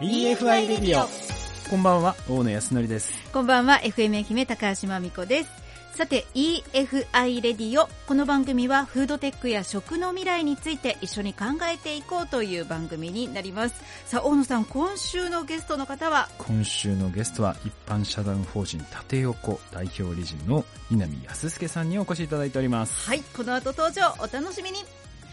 EFI レディオ。 こんばんは、大野康則です。 こんばんは、 FM 愛媛高橋真美子です。さて EFI レディオ、この番組はフードテックや食の未来について一緒に考えていこうという番組になります。さあ大野さん、今週のゲストの方は一般社団法人縦横代表理事の稲見康介さんにお越しいただいております。 はい、この後登場、お楽しみに。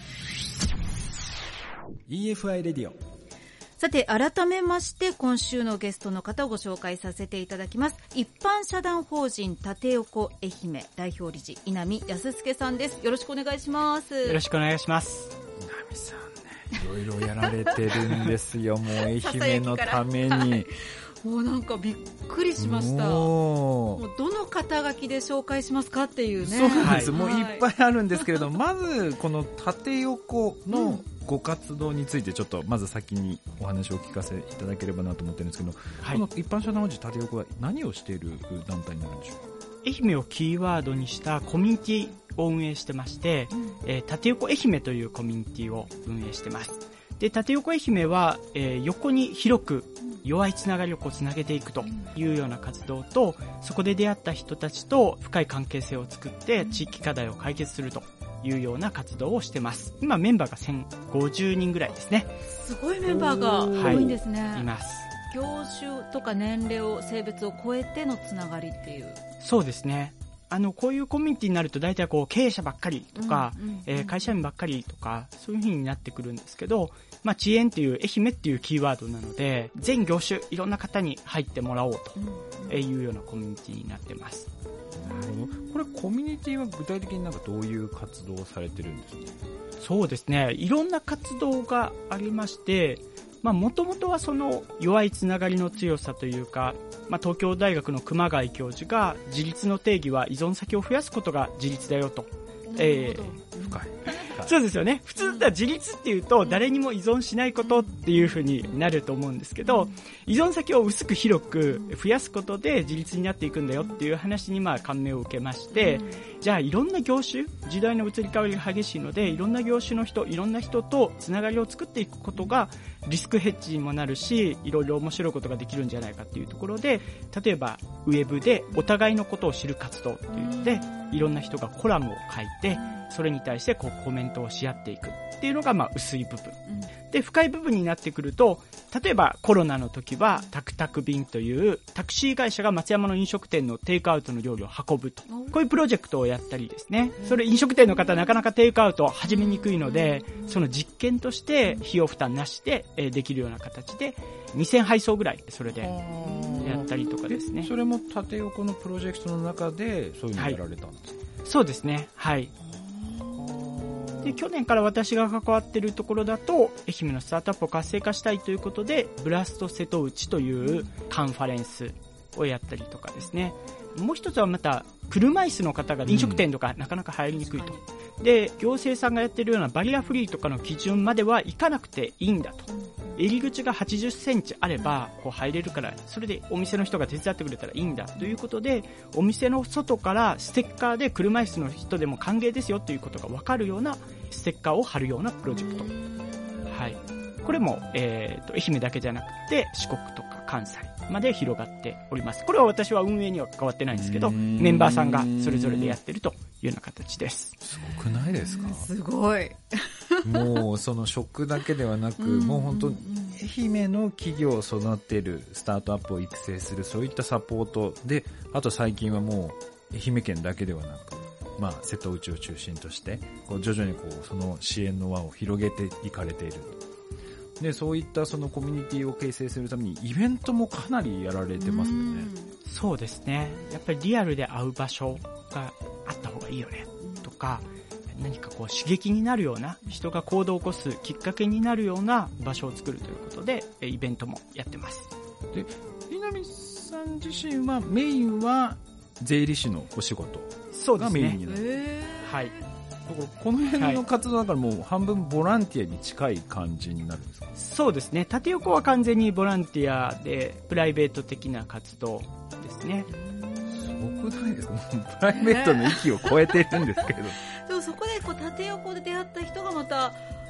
EFI レディオ。 さて改めまして今週のゲストの方をご紹介させていただきます。一般社団法人縦横愛媛代表理事、稲見康介さんです。よろしくお願いします。 よろしくお願いします。 稲見さんね、いろいろやられてるんですよ。もう愛媛のためにもうなんかびっくりしました。もうどの肩書きで紹介しますかっていうね。 そうなんです、 はい、 もういっぱいあるんですけれども、まずこの縦横のご活動についてちょっとまず先にお話をお聞かせいただければなと思ってるんですけど、はい、この一般社団法人縦横は何をしている団体になるんでしょうか。 愛媛をキーワードにしたコミュニティを運営してまして、縦横愛媛というコミュニティを運営してます。で、縦横愛媛は、横に広く弱いつながりをつなげていくというような活動と、そこで出会った人たちと深い関係性を作って地域課題を解決するというような活動をしてます。今メンバーが1050人ぐらいですね。 すごいメンバーが多いんですね。 はい、います。 業種とか年齢を性別を超えてのつながりっていう。 そうですね。こういうコミュニティになると大体経営者ばっかりとか、会社員ばっかりとかそういう風になってくるんですけど、遅延っていう愛媛っていうキーワードなので全業種いろんな方に入ってもらおうというようなコミュニティになってます。 なるほど。これコミュニティは具体的にどういう活動をされてるんですか。 そうですね、いろんな活動がありまして、もともとはその弱いつながりの強さというか、東京大学の熊谷教授が自立の定義は依存先を増やすことが自立だよと。 深い。 そうですよね。普通だったら自立っていうと誰にも依存しないことっていう風になると思うんですけど、依存先を薄く広く増やすことで自立になっていくんだよっていう話に感銘を受けまして、じゃあいろんな業種、時代の移り変わりが激しいのでいろんな業種の人、いろんな人とつながりを作っていくことがリスクヘッジにもなるし、いろいろ面白いことができるんじゃないかっていうところで、例えばウェブでお互いのことを知る活動って言っていろんな人がコラムを書いてそれに対してコメントをし合っていくっていうのが薄い部分、で深い部分になってくると、例えばコロナの時はタクタク便というタクシー会社が松山の飲食店のテイクアウトの料理を運ぶと、こういうプロジェクトをやったりですね。それ飲食店の方なかなかテイクアウトを始めにくいので、その実験として費用負担なしでできるような形で2000配送ぐらいそれでやったりとかですね。 それも縦横のプロジェクトの中でそういうのをやられたんですか。 そうですね、はい。で去年から私が関わっているところだと、愛媛のスタートアップを活性化したいということでブラスト瀬戸内というカンファレンスをやったりとかですね。もう一つはまた車椅子の方が飲食店とかなかなか入りにくいと、で行政さんがやっているようなバリアフリーとかの基準まではいかなくていいんだと、入り口が80センチあれば入れるから、それでお店の人が手伝ってくれたらいいんだということで、お店の外からステッカーで車椅子の人でも歓迎ですよということが分かるようなステッカーを貼るようなプロジェクト、はい、これも、愛媛だけじゃなくて四国とか関西まで広がっております。これは私は運営には関わってないんですけど、メンバーさんがそれぞれでやってるというような形です。 すごくないですか。 すごい。 もうその食だけではなく、もう本当愛媛の企業を育てる、スタートアップを育成する、そういったサポートで、あと最近はもう愛媛県だけではなく、瀬戸内を中心として徐々にその支援の輪を広げていかれている。でそういったそのコミュニティを形成するためにイベントもかなりやられてますよね。 そうですね、やっぱりリアルで会う場所があった方がいいよねとか、何か刺激になるような、人が行動を起こすきっかけになるような場所を作るということでイベントもやってます。 で稲見さん自身はメインは税理士のお仕事がメインになる。 そうですね、はい。 この辺の活動だからもう半分ボランティアに近い感じになるんですか。 そうですね、縦横は完全にボランティアでプライベート的な活動ですね。 すごくないですか。プライベートの域を超えているんですけど、 でもそこで縦横で出会った人がまた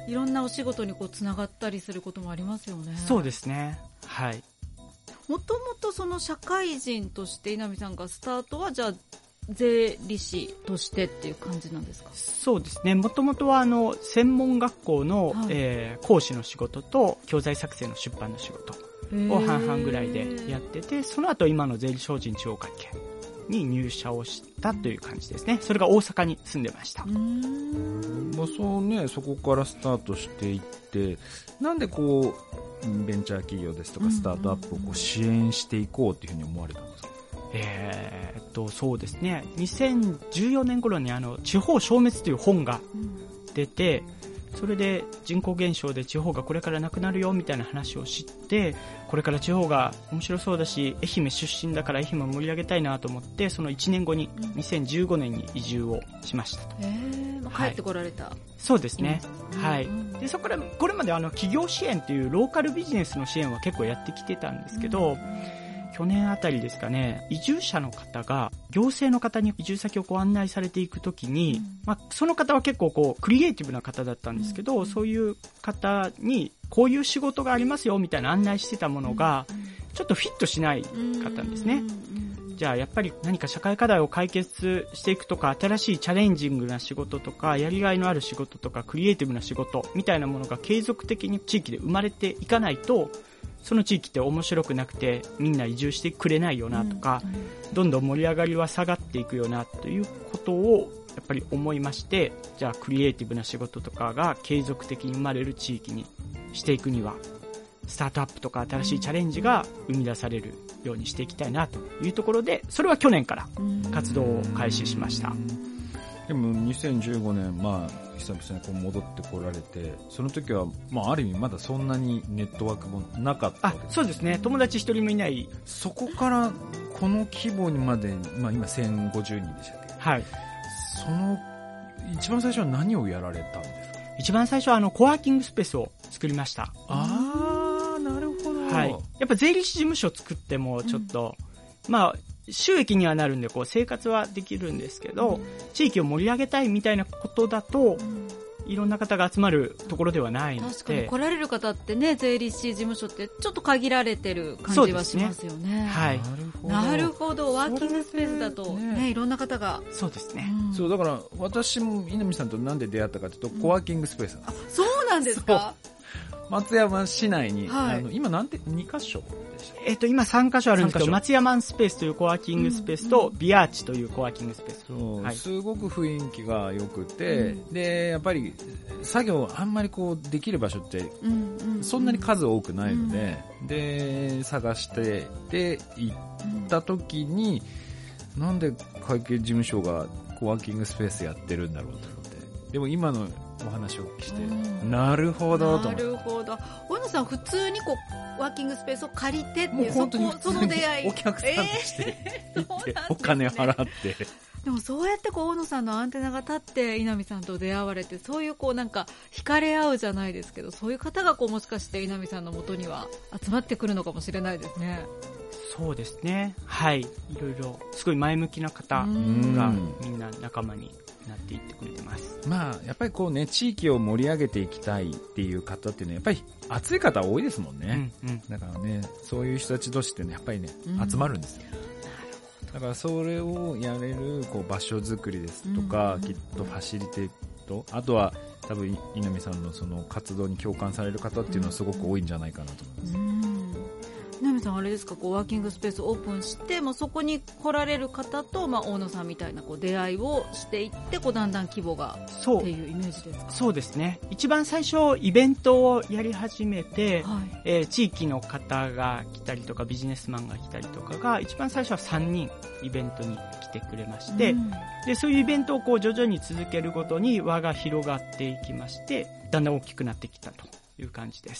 いろんなお仕事にこうつながったりすることもありますよね。 そうですね。はい。 もともとその社会人として稲見さんがスタートはじゃあ税理士としてっていう感じなんですか？ そうですね。もともとは専門学校の、講師の仕事と教材作成の出版の仕事を半々ぐらいでやってて、その後今の税理士法人中央会計に入社をしたという感じですね。それが大阪に住んでました。 まあそうね、そこからスタートしていって、なんでこうベンチャー企業ですとかスタートアップをこう支援していこうというふうに思われたんですか？ そうですね。2014年頃に地方消滅という本が出て、それで人口減少で地方がこれからなくなるよみたいな話を知って、これから地方が面白そうだし、愛媛出身だから愛媛を盛り上げたいなと思って、その1年後に2015年に移住をしましたと。 帰ってこられた。 そうですね。はい。で、そこからこれまで企業支援というローカルビジネスの支援は結構やってきてたんですけど、去年あたりですかね、移住者の方が行政の方に移住先をこう案内されていくときに、その方は結構こうクリエイティブな方だったんですけど、そういう方にこういう仕事がありますよみたいな案内してたものがちょっとフィットしないかったんですね。じゃあやっぱり何か社会課題を解決していくとか、新しいチャレンジングな仕事とか、やりがいのある仕事とか、クリエイティブな仕事みたいなものが継続的に地域で生まれていかないと、その地域って面白くなくてみんな移住してくれないよなとか、どんどん盛り上がりは下がっていくよなということをやっぱり思いまして、じゃあクリエイティブな仕事とかが継続的に生まれる地域にしていくには、スタートアップとか新しいチャレンジが生み出されるようにしていきたいなというところで、それは去年から活動を開始しました。 でも2015年、久々にこう戻ってこられて、その時は、ある意味まだそんなにネットワークもなかったわけです。 そうですね。友達一人もいない。 そこからこの規模にまで、今1050人でしたっけ？はい。その一番最初は何をやられたんですか？ 一番最初はコワーキングスペースを作りました。 なるほど。 はい。やっぱ税理士事務所作ってもちょっと、収益にはなるんでこう生活はできるんですけど、地域を盛り上げたいみたいなことだと、いろんな方が集まるところではないので。 確かに来られる方ってね、税理士事務所ってちょっと限られてる感じはしますよね。 はい。 なるほど。ワーキングスペースだとね、いろんな方が。 そうですね。 そうだから私も稲見さんとなんで出会ったかというと、コワーキングスペースなんです。 そうなんですか？ 松山市内に、今2カ所でした？ 今3カ所あるんですけど、松山スペースというコワーキングスペースと、ビアーチというコワーキングスペース。 そう、すごく雰囲気が良くて、で、やっぱり作業あんまりこうできる場所って、そんなに数多くないので、で、探して、で、行った時に、なんで会計事務所がコワーキングスペースやってるんだろうと思って。でも今のお話をして、なるほどと思って。 なるほど。大野さん普通にこうワーキングスペースを借りてっていう、その出会い。 お客さんとして行って、お金払って。 でもそうやってこう大野さんのアンテナが立って稲見さんと出会われて、そういうこうなんか惹かれ合うじゃないですけど、そういう方がこうもしかして稲見さんの元には集まってくるのかもしれないですね。 そうですね。はい。いろいろすごい前向きな方がみんな仲間になっていってくれてます。 やっぱりこうね、地域を盛り上げていきたいっていう方ってね、やっぱり熱い方多いですもんね。だからね、そういう人たち同士ってね、やっぱりね、集まるんですよ。だからそれをやれるこう場所づくりですとか、きっとファシリテート、あとは多分稲見さんのその活動に共感される方っていうのはすごく多いんじゃないかなと思います。 稲見さんあれですか、こうワーキングスペースオープンして、そこに来られる方と、大野さんみたいなこう出会いをしていって、こうだんだん規模がっていうイメージですか？ そうですね。一番最初イベントをやり始めて、地域の方が来たりとかビジネスマンが来たりとかが一番最初は3人イベントに来てくれまして、でそういうイベントをこう徐々に続けるごとに輪が広がっていきまして、だんだん大きくなってきたという感じです。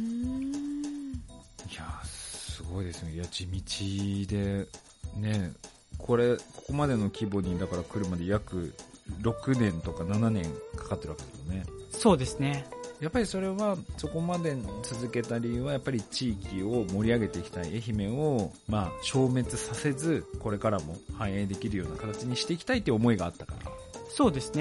いやすごいですね。いや地道でね、ここまでの規模にだから来るまで約6年とか7年かかってるわけですよね。 そうですね。 やっぱりそれはそこまで続けた理由はやっぱり地域を盛り上げていきたい、愛媛を消滅させずこれからも繁栄できるような形にしていきたいという思いがあったから。 そうですね。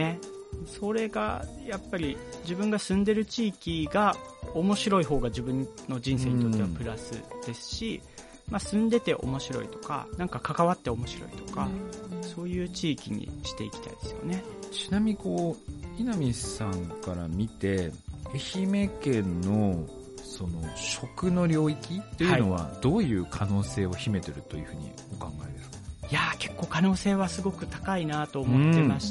それがやっぱり自分が住んでる地域が面白い方が自分の人生にとってはプラスですし、住んでて面白いとか、なんか関わって面白いとか、そういう地域にしていきたいですよね。 ちなみに稲見さんから見て、愛媛県のその食の領域というのはどういう可能性を秘めてるというふうにお考えですか？ いやー、結構可能性はすごく高いなと思ってまして、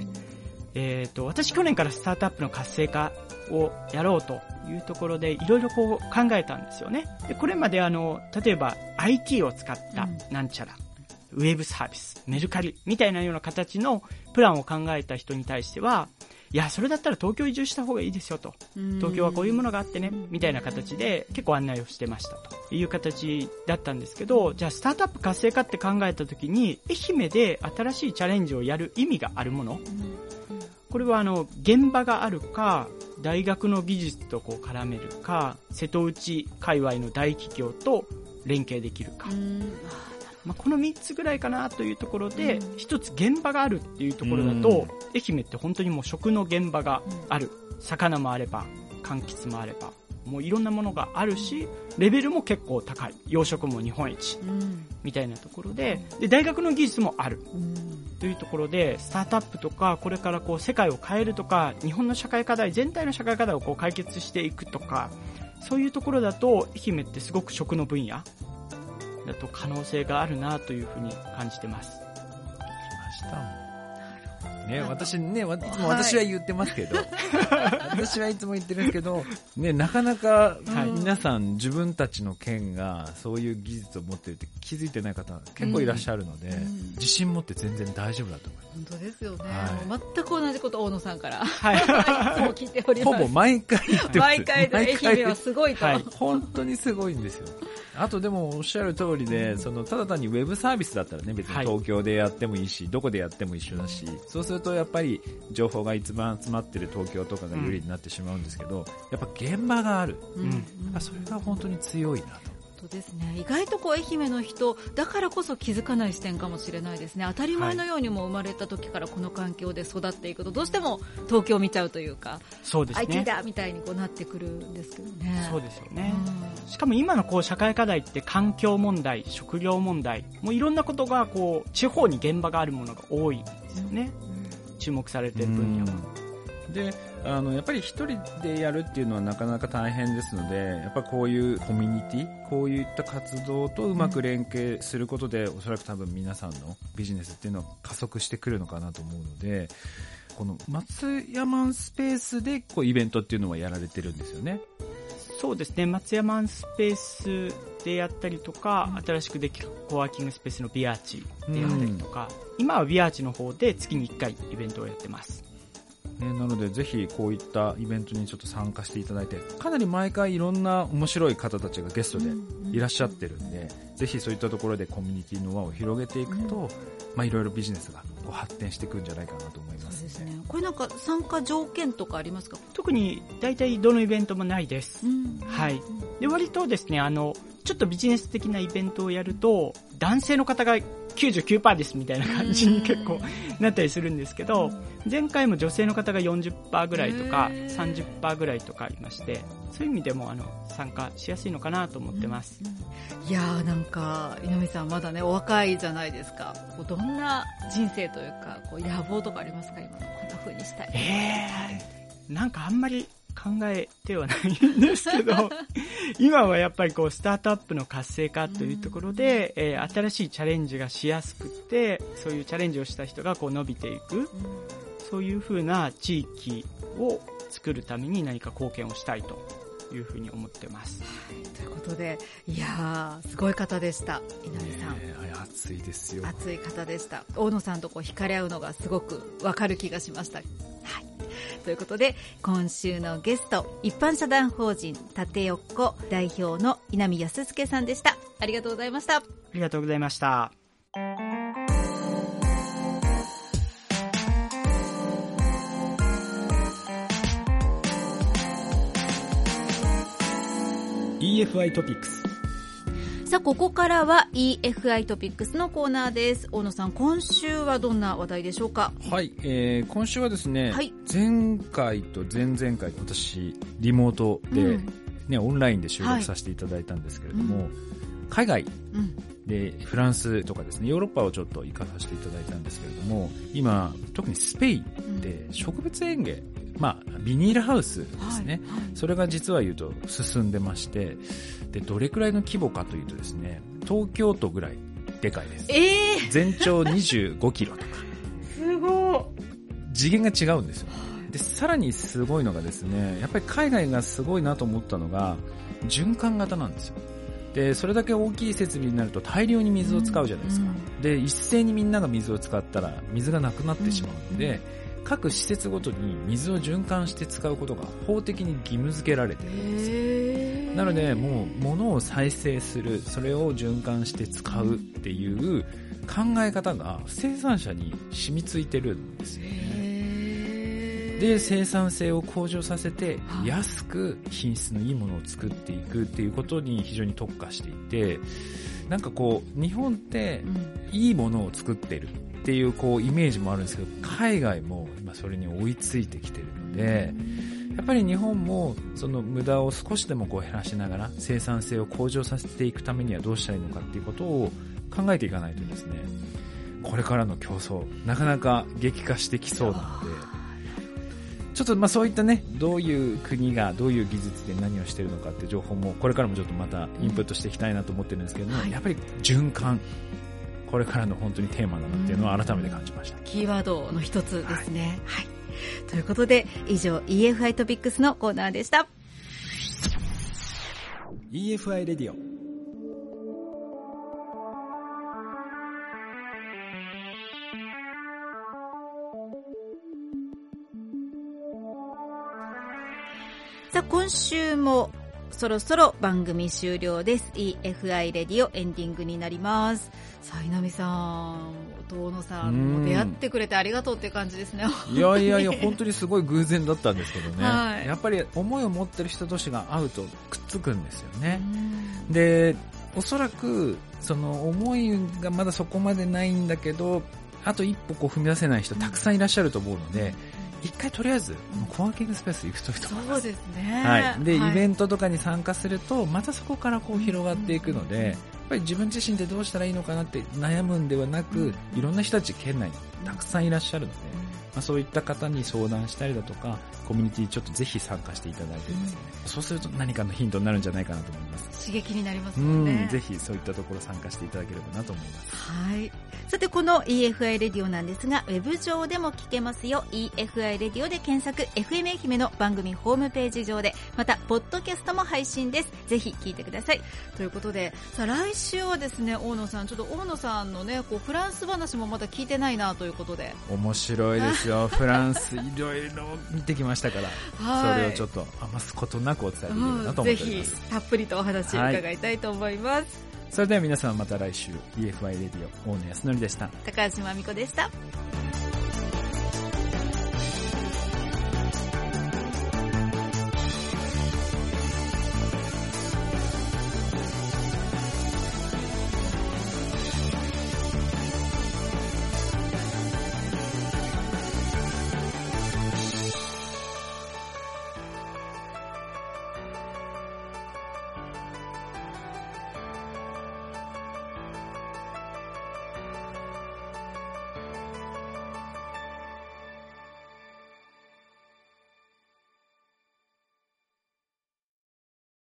私去年からスタートアップの活性化をやろうというところでいろいろ考えたんですよね。で、これまで例えば IT を使ったなんちゃら、ウェブサービス、メルカリみたいなような形のプランを考えた人に対しては、いや、それだったら東京移住した方がいいですよと。東京はこういうものがあってね、みたいな形で結構案内をしてましたという形だったんですけど、じゃあスタートアップ活性化って考えた時に、愛媛で新しいチャレンジをやる意味があるもの。これは現場があるか、大学の技術と絡めるか、瀬戸内界隈の大企業と連携できるか。この3つぐらいかなというところで、一つ現場があるっていうところだと、愛媛って本当にもう食の現場がある。魚もあれば、柑橘もあれば、もういろんなものがあるし、レベルも結構高い。養殖も日本一。みたいなところで、大学の技術もある。というところで、スタートアップとか、これから世界を変えるとか、日本の社会課題、全体の社会課題を解決していくとか、そういうところだと、愛媛ってすごく食の分野だと可能性があるなというふうに感じてます。 聞きましたね。私は言ってますけど、私はいつも言ってるんですけど、なかなか皆さん自分たちの県がそういう技術を持っているって気づいてない方結構いらっしゃるので、自信持って全然大丈夫だと思います。 本当ですよね。全く同じこと大野さんからそう聞いております。 ほぼ毎回言ってます。 毎回愛媛はすごいと。 本当にすごいんですよ。あとでもおっしゃる通りで、ただ単にウェブサービスだったらね、別に東京でやってもいいし、どこでやっても一緒だし、そうするとやっぱり情報が一番集まってる東京とかが有利になってしまうんですけど、やっぱ現場がある。それが本当に強いなと。 ですね、意外と愛媛の人だからこそ気づかない視点かもしれないですね。当たり前のようにも生まれた時からこの環境で育っていくと、どうしても東京を見ちゃうというか、 そうですね、 IT だみたいになってくるんですけどね。 そうですよね。しかも今の社会課題って環境問題、食料問題、もういろんなことが地方に現場があるものが多いんですよね。注目されている分野は。 で、やっぱり一人でやるっていうのはなかなか大変ですので、やっぱこういうコミュニティ、こういった活動とうまく連携することで、おそらく多分皆さんのビジネスっていうのは加速してくるのかなと思うので、この松山スペースでイベントっていうのはやられてるんですよね。 そうですね、松山スペースでやったりとか、新しくできるコワーキングスペースのビアーチでやったりとか、今はビアーチの方で月に1回イベントをやってます。 なのでぜひこういったイベントにちょっと参加していただいて、かなり毎回いろんな面白い方たちがゲストでいらっしゃってるんで、ぜひそういったところでコミュニティの輪を広げていくと、いろいろビジネスが発展していくんじゃないかなと思います。 そうですね。これなんか参加条件とかありますか？ 特に大体どのイベントもないです。はい。で、割とですね、ちょっとビジネス的なイベントをやると、男性の方が 99% ですみたいな感じに結構なったりするんですけど、前回も女性の方が 40% ぐらいとか 30% ぐらいとかありまして、そういう意味でも参加しやすいのかなと思ってます。 いやー、なんか稲見さんまだねお若いじゃないですか。どんな人生というか野望とかありますか？今こんな風にしたい。 なんかあんまり考えてはないんですけど今はやっぱりスタートアップの活性化というところで、新しいチャレンジがしやすくて、そういうチャレンジをした人が伸びていく、そういう風な地域を作るために何か貢献をしたいというふうに思ってます。 ということで、いやーすごい方でした。稲見さん、 熱いですよ。 熱い方でした。大野さんと惹かれ合うのがすごくわかる気がしました。はい。ということで、今週のゲスト、一般社団法人縦横代表の稲見康介さんでした。ありがとうございました。 ありがとうございました。 EFI トピックス。 さあここからは EFI トピックスのコーナーです。大野さん、今週はどんな話題でしょうか？ はい、今週はですね、 はい、 前回と前々回私リモートで、ね、オンラインで収録させていただいたんですけれども、海外でフランスとかですね、ヨーロッパをちょっと行かさせていただいたんですけれども、今特にスペインで植物園芸、ビニールハウスですね、それが実は言うと進んでまして、でどれくらいの規模かというとですね、東京都ぐらいでかいです。全長25キロとかすごい、 次元が違うんですよ。でさらにすごいのがですね、やっぱり海外がすごいなと思ったのが循環型なんですよ。でそれだけ大きい設備になると大量に水を使うじゃないですか、で一斉にみんなが水を使ったら水がなくなってしまうので、各施設ごとに水を循環して使うことが法的に義務付けられているんですよ。なのでもう物を再生する、それを循環して使うっていう考え方が生産者に染みついてるんですよね。で生産性を向上させて安く品質のいいものを作っていくっていうことに非常に特化していて、なんかこう日本っていいものを作ってるっていうこうイメージもあるんですけど、海外も今それに追いついてきてるので、やっぱり日本もその無駄を少しでもこう減らしながら生産性を向上させていくためにはどうしたらいいのかっていうことを考えていかないとですね、これからの競争なかなか激化してきそうなので、ちょっとそういったね、どういう国がどういう技術で何をしているのかっていう情報もこれからもちょっとまたインプットしていきたいなと思ってるんですけども、やっぱり循環、これからの本当にテーマだなっていうのは改めて感じました。 キーワードの一つですね。はい。ということで以上 EFI トピックスのコーナーでした。 EFI レディオ。 さあ今週もそろそろ番組終了です。 EFI レディオエンディングになります。さあ稲見さん、遠野さんも出会ってくれてありがとうっていう感じですね。 いや本当にすごい偶然だったんですけどね、やっぱり思いを持ってる人同士が会うとくっつくんですよね。でおそらくその思いがまだそこまでないんだけど、あと一歩こう踏み出せない人たくさんいらっしゃると思うので、一回とりあえずコワーキングスペース行くといいと思います。 そうですね。 はい。で、イベントとかに参加するとまたそこからこう広がっていくので、やっぱり自分自身でどうしたらいいのかなって悩むんではなく、いろんな人たち県内にたくさんいらっしゃるので、そういった方に相談したりだとか、コミュニティちょっとぜひ参加していただいてですね、そうすると何かのヒントになるんじゃないかなと思います。 刺激になりますもんね。 ぜひそういったところ参加していただければなと思います。 はい。さてこの EFI レディオなんですが、ウェブ上でも聞けますよ。 EFI レディオで検索、 FM 愛媛の番組ホームページ上で、またポッドキャストも配信です。ぜひ聞いてください。ということで、さあ来週はですね、大野さん、ちょっと大野さんのねこうフランス話もまだ聞いてないなということで、 面白いですよ。フランスいろいろ見てきましたから、それをちょっと余すことなくお伝えできればなと思っております。 ぜひたっぷりとお話伺いたいと思います。 それでは皆さんまた来週。 EFI レディオ大野康則でした。 高橋真美子でした。